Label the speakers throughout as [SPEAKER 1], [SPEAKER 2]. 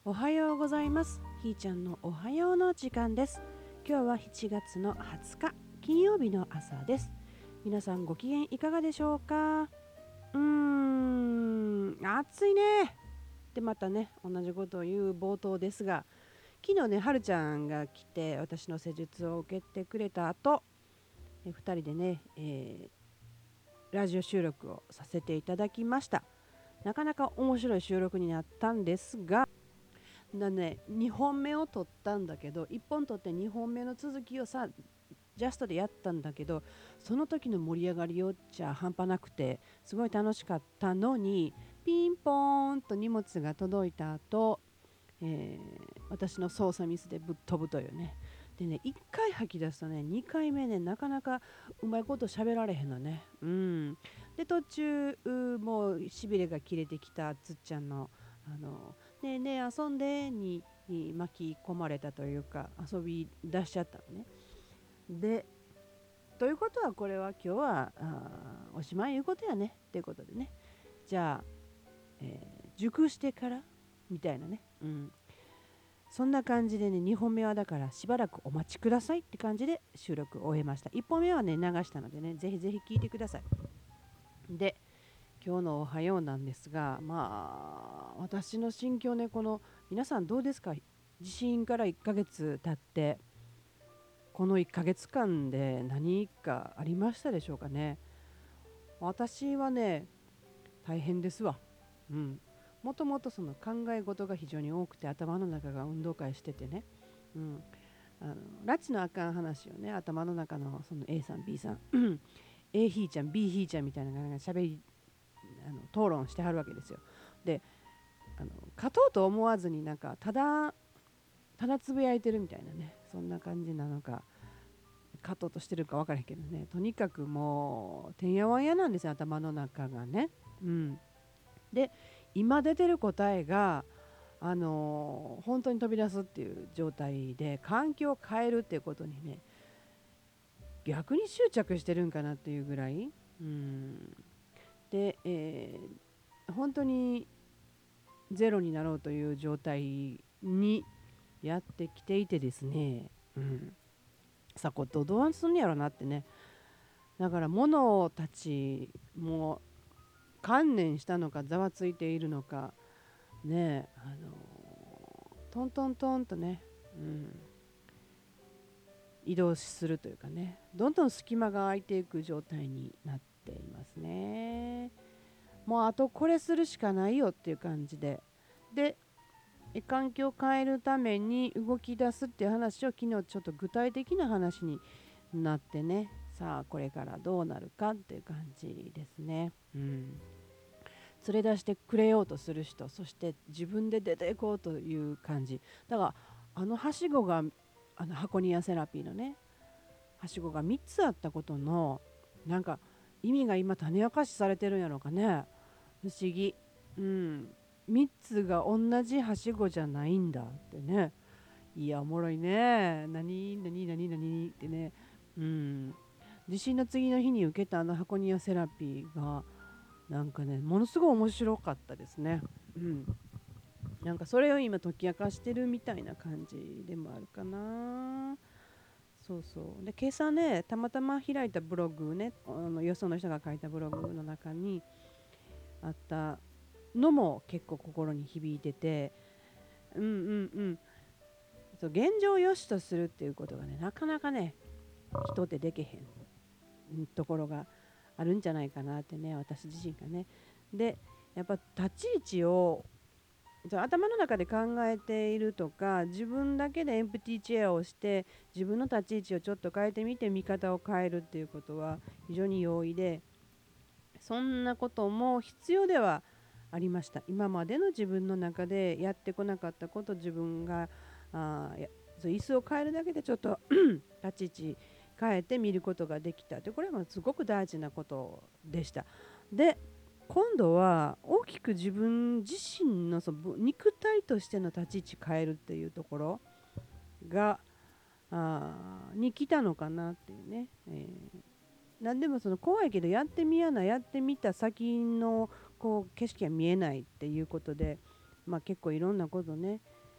[SPEAKER 1] おはようございます。ひーちゃんのおはようの時間です。今日は7月の20日金曜日の朝です。皆さんご機嫌いかがでしょうか？暑いねってまたね同じことを言う冒頭ですが、昨日ねはるちゃんが来て私の施術を受けてくれた後、2人でね、ラジオ収録をさせていただきました。なかなか面白い収録になったんですが、2本目を撮ったんだけど、1本撮って2本目の続きをジャストでやったんだけど、その時の盛り上がりよっちゃ半端なくて、すごい楽しかったのに、ピンポーンと荷物が届いた後、私の操作ミスでぶっ飛ぶというね。でね、1回吐き出すとね、2回目ね、なかなかうまいこと喋られへんのね。で、途中、もうしびれが切れてきたつっちゃんの、ねえねえ遊んでに巻き込まれたというか、遊び出しちゃったのね。で、ということはこれは今日はおしまいいうことやねっていうことでね。じゃあ、熟してからみたいなね。そんな感じでね、2本目はだからしばらくお待ちくださいって感じで収録を終えました。1本目はね、流したのでね、ぜひぜひ聞いてください。で、今日のおはようなんですが、私の心境ね、皆さんどうですか？地震から1ヶ月経って、この1ヶ月間で何かありましたでしょうかね。私はね、大変ですわ。もともとその考え事が非常に多くて頭の中が運動会しててね、うん、拉致のあかん話をね頭の中のその A さん B さんA ひーちゃん B ひーちゃんみたいなのがしゃべり討論してはるわけですよ。で勝とうと思わずになんかただつぶやいてるみたいなね、そんな感じなのか勝とうとしてるか分からへんけどね、とにかくもうてんやわんやなんですよ頭の中がね。で今出てる答えが本当に飛び出すっていう状態で環境を変えるっていうことにね逆に執着してるんかなっていうぐらい、で、本当にゼロになろうという状態にやってきていてですね、さあこれどうすんやろなってね。だから物たちも観念したのかざわついているのかね、トントントンとね、移動するというかね、どんどん隙間が空いていく状態になっていますね。もうあとこれするしかないよっていう感じで環境を変えるために動き出すっていう話を昨日ちょっと具体的な話になってね、さあこれからどうなるかっていう感じですね。連れ出してくれようとする人、そして自分で出ていこうという感じだから、はしごが箱庭セラピーのねはしごが3つあったことのなんか意味が今種明かしされてるんやろうかね。不思議。3つが同じはしごじゃないんだってね。いやおもろいね。何ってね。地震の次の日に受けた箱庭セラピーがなんかねものすごい面白かったですね。なんかそれを今解き明かしてるみたいな感じでもあるかな。そうそうで今朝ねたまたま開いたブログね、よその人が書いたブログの中にあったのも結構心に響いてて、そう現状を良しとするっていうことがねなかなかね人ってできへんところがあるんじゃないかなってね、私自身がね。でやっぱ立ち位置を頭の中で考えているとか、自分だけでエンプティーチェアをして自分の立ち位置をちょっと変えてみて見方を変えるっていうことは非常に容易で、そんなことも必要ではありました。今までの自分の中でやってこなかったこと、自分がそう椅子を変えるだけでちょっと立ち位置変えて見ることができたで、これはすごく大事なことでした。で今度は大きく自分自身の肉体としての立ち位置変えるっていうところがに来たのかなっていうね、何でもその怖いけどやってみやな、やってみた先の景色が見えないっていうことで、結構いろんなことね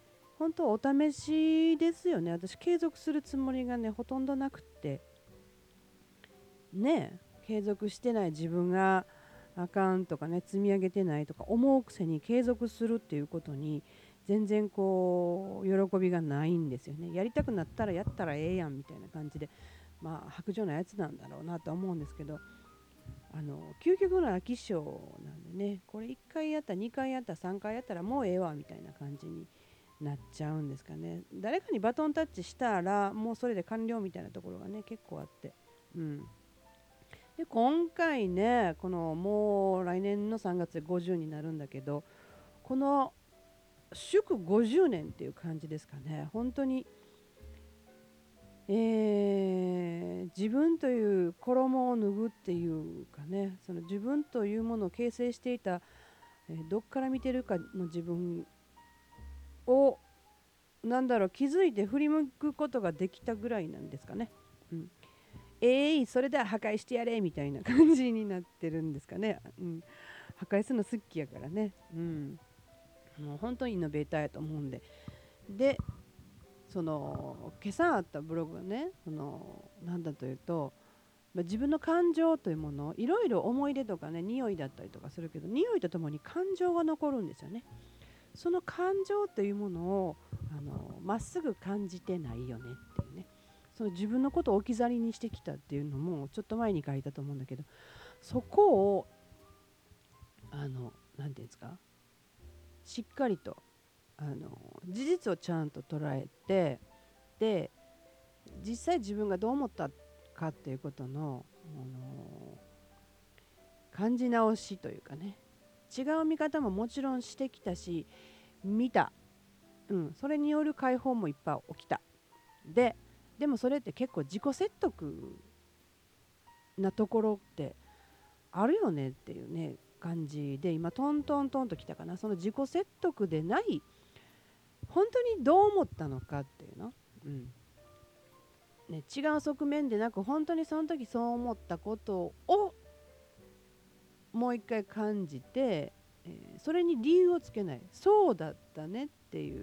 [SPEAKER 1] 本当お試しですよね。私継続するつもりがねほとんどなくってね、継続してない自分があかんとかね、積み上げてないとか思うくせに継続するっていうことに全然こう喜びがないんですよね。やりたくなったらやったらええやんみたいな感じで、まあ白状なやつなんだろうなと思うんですけど、究極の飽き性なんでね、これ1回やった2回やった3回やったらもうええわみたいな感じになっちゃうんですかね。誰かにバトンタッチしたらもうそれで完了みたいなところがね結構あって、で今回ねこのもう来年の3月で50になるんだけど、この祝50年っていう感じですかね。本当に、自分という衣を脱ぐっていうかね、その自分というものを形成していた、どっから見てるかの自分を気づいて振り向くことができたぐらいなんですかね。うん、それでは破壊してやれみたいな感じになってるんですかね。破壊するの好きやからね。もう本当にイノベーターやと思うんで。で、その今朝あったブログがね、なんだというと、自分の感情というもの、いろいろ思い出とかね、匂いだったりとかするけど、匂いとともに感情が残るんですよね。その感情というものをまっすぐ感じてないよねっていうね、その自分のことを置き去りにしてきたっていうのもちょっと前に書いたと思うんだけど、そこをなんていうんですか、しっかりと事実をちゃんと捉えて、で実際自分がどう思ったかっていうことの、感じ直しというかね、違う見方ももちろんしてきたし見た、それによる解放もいっぱい起きた。でもそれって結構自己説得なところってあるよねっていうね感じで、今トントントンときたかな。その自己説得でない本当にどう思ったのかっていうの、違う側面でなく本当にその時そう思ったことをもう一回感じて、それに理由をつけない、そうだったねっていう、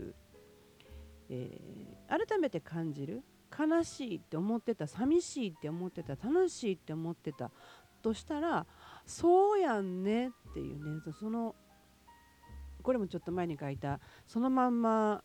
[SPEAKER 1] 改めて感じる。悲しいって思ってた、寂しいって思ってた、楽しいって思ってたとしたらそうやんねっていうね、これもちょっと前に書いたそのまんま、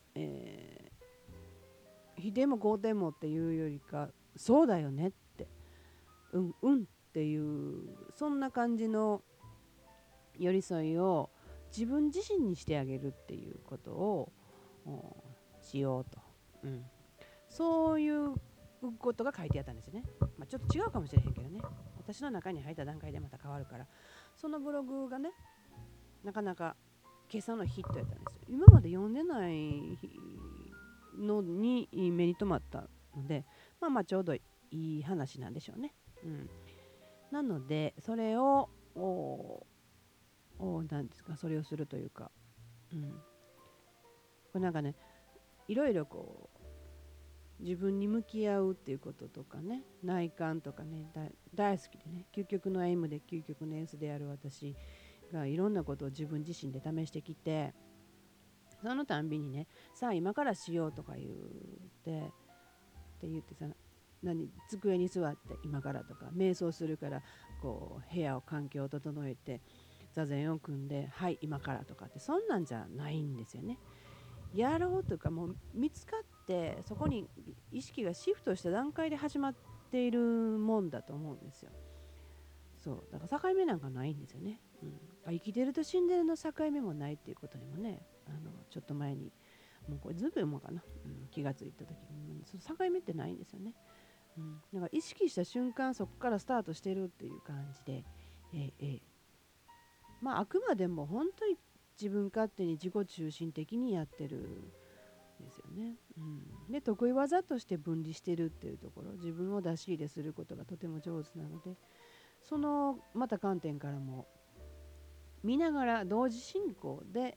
[SPEAKER 1] 非でも肯定もっていうよりかそうだよねって、っていうそんな感じの寄り添いを自分自身にしてあげるっていうことをしようと、そういうことが書いてあったんですよね。ちょっと違うかもしれへんけどね、私の中に入った段階でまた変わるから、そのブログがねなかなか今朝のヒットやったんですよ。今まで読んでないのに目に留まったので、ちょうどいい話なんでしょうね。なのでそれをなんですか、それをするというか、これなんかね、いろいろこう自分に向き合うっていうこととかね、内観とかね、大好きでね、究極の M で究極の S である私がいろんなことを自分自身で試してきて、そのたんびにね、さあ今からしようとか言ってさ、机に座って今からとか、瞑想するからこう部屋を環境を整えて座禅を組んではい今からとかって、そんなんじゃないんですよね。やろうというか、もう見つかってそこに意識がシフトした段階で始まっているもんだと思うんですよ。そうだから境目なんかないんですよね。生きてると死んでるの境目もないっていうことにもね、ちょっと前にもうこれずいぶんもかな、気がついた時に、その境目ってないんですよね。だから意識した瞬間そこからスタートしてるっていう感じで、あくまでも本当に自分勝手に自己中心的にやってるですよね。で得意技として分離してるっていうところ、自分を出し入れすることがとても上手なので、そのまた観点からも見ながら同時進行で、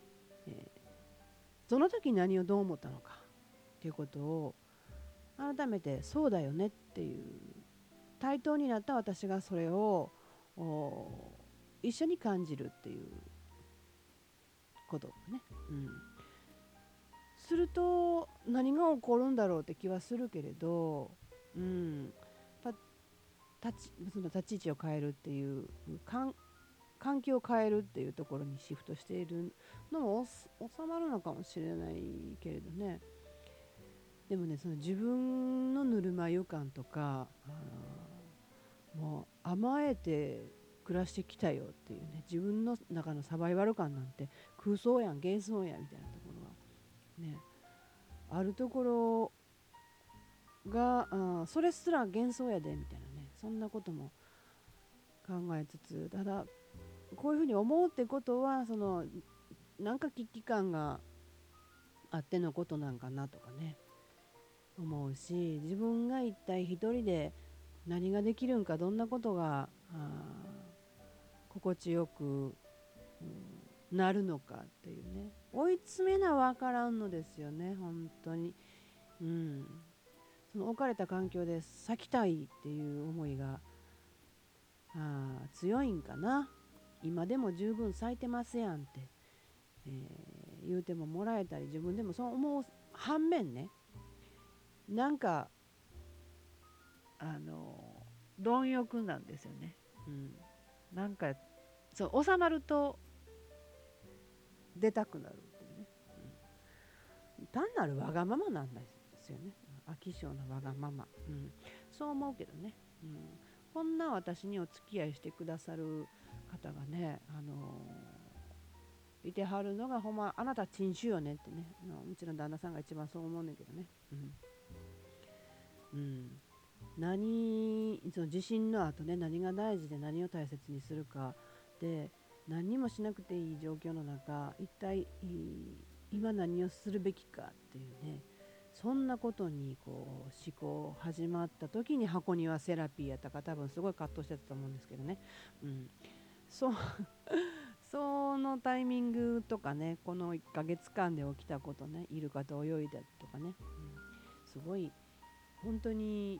[SPEAKER 1] その時何をどう思ったのかっていうことを改めてそうだよねっていう、対等になった私がそれを一緒に感じるっていうことをね、すると何が起こるんだろうって気はするけれど、やっぱその立ち位置を変えるっていう環境を変えるっていうところにシフトしているのも収まるのかもしれないけれどね。でもね、その自分のぬるま湯感とか、もう甘えて暮らしてきたよっていうね、自分の中のサバイバル感なんて空想やん幻想やみたいなところがねあるところが、それすら幻想やでみたいなね、そんなことも考えつつ、ただこういうふうに思うってことは、そのなんか危機感があってのことなんかなとかね思うし、自分が一体一人で何ができるんか、どんなことが心地よく、なるのかっていうね、追い詰めな分からんのですよね本当に。その置かれた環境で咲きたいっていう思いが強いんかな。今でも十分咲いてますやんって、言うてももらえたり、自分でもそう思う反面ね、なんか貪欲なんですよね。なんかそう収まると出たくなるっていうね、単なるわがままなんですよね。飽き性なわがまま、そう思うけどね、こんな私にお付き合いしてくださる方がね、いてはるのがほんまあなた珍種よねってね、うちの旦那さんが一番そう思うねんけどね。その地震の後ね、何が大事で何を大切にするかで、何にもしなくていい状況の中、一体今何をするべきかっていうね、そんなことにこう思考始まった時に、箱庭セラピーやったか多分すごい葛藤してたと思うんですけどね。そうそのタイミングとかね、この1ヶ月間で起きたことね、イルカと泳いだとかね、すごい本当に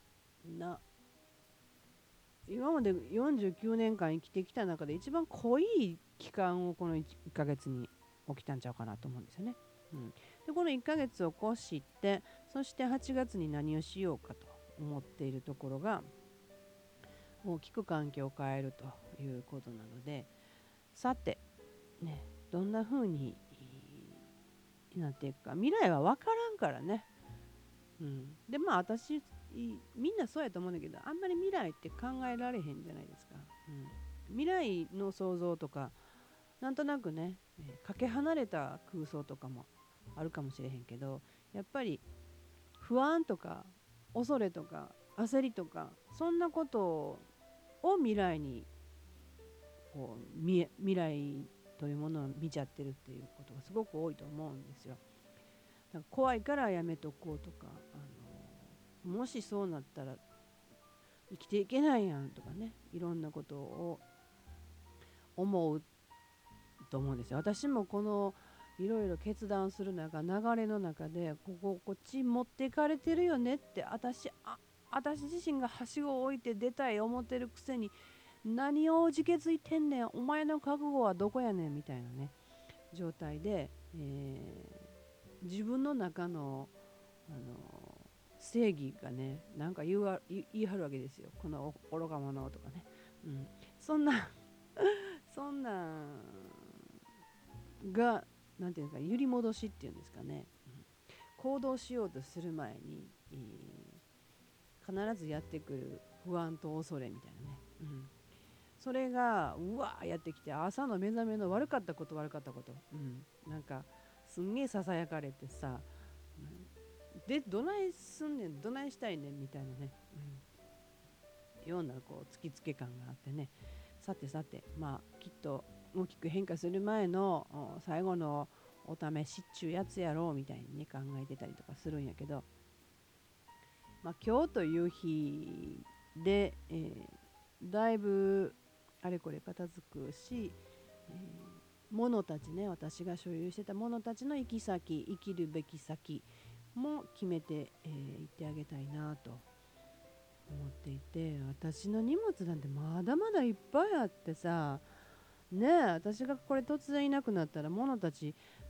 [SPEAKER 1] 今まで49年間生きてきた中で一番濃い期間をこの1ヶ月に起きたんちゃうかなと思うんですよね。でこの1ヶ月を越して、そして8月に何をしようかと思っているところが、大きく環境を変えるということなので、さてね、どんな風になっていくか、未来は分からんからね。で私みんなそうやと思うんだけど、あんまり未来って考えられへんじゃないですか。未来の想像とかなんとなくね、かけ離れた空想とかもあるかもしれへんけど、やっぱり不安とか恐れとか焦りとか、そんなことを未来にこう未来というものを見ちゃってるっていうことがすごく多いと思うんですよ。だから怖いからやめとこうとか、もしそうなったら生きていけないやんとかね、いろんなことを思うと思うんですよ。私もこのいろいろ決断する中、流れの中でこっち持っていかれてるよねって、私自身がはしごを置いて出たい思ってるくせに、何を自決いてんねん、お前の覚悟はどこやねんみたいなね状態で、自分の中の、正義がね、なんか言い張るわけですよ。この愚か者とかね、そんなそんなんがなんていうか、揺り戻しっていうんですかね、行動しようとする前に、必ずやってくる不安と恐れみたいなね、それがうわーやってきて、朝の目覚めの悪かったこと、なんかすんげえささやかれてさ、でどないすんねん、どないしたいねんみたいなね、ようなこう突きつけ感があってね、さてきっと大きく変化する前の最後のお試しっちゅうやつやろうみたいにね考えてたりとかするんやけど、今日という日で、だいぶあれこれ片付くし、物たちね、私が所有してた物たちの行き先、生きるべき先も決めていってあげたいなと思っていて、私の荷物なんてまだまだいっぱいあってさ、ねえ、私がこれ突然いなくなったら物たち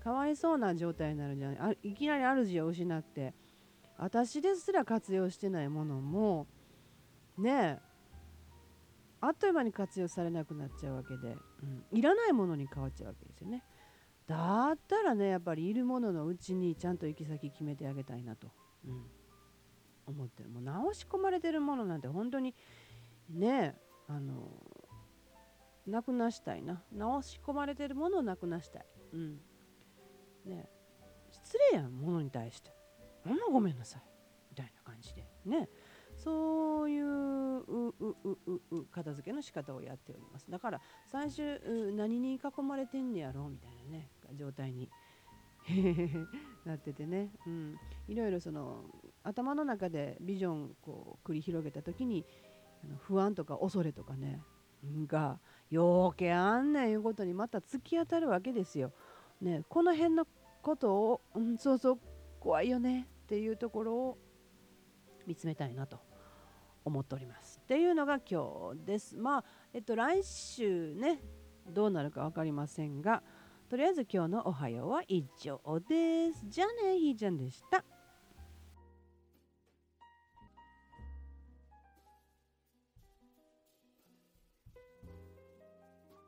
[SPEAKER 1] かわいそうな状態になるじゃん。いきなり主を失って、私ですら活用してないものもねえ、あっという間に活用されなくなっちゃうわけで、いらないものに変わっちゃうわけですよね。だったらね、やっぱりいるもののうちにちゃんと行き先決めてあげたいなと、思ってる。もう直し込まれてるものなんて本当にね、なくなしたいな。直し込まれてるものをなくなしたい。ね、失礼やん、ものに対して。ごめんなさい。みたいな感じで。ね。そういう片付けの仕方をやっております。だから最終何に囲まれてんねやろみたいなね状態になっててね、いろいろその頭の中でビジョンこう繰り広げた時に不安とか恐れとかねが余計あんねんいうことにまた突き当たるわけですよ。ね、この辺のことを、そうそう怖いよねっていうところを見つめたいなと思っておりますっていうのが今日です。来週ねどうなるか分かりませんが、とりあえず今日のおはようは以上です。じゃあね、ひーちゃんでした。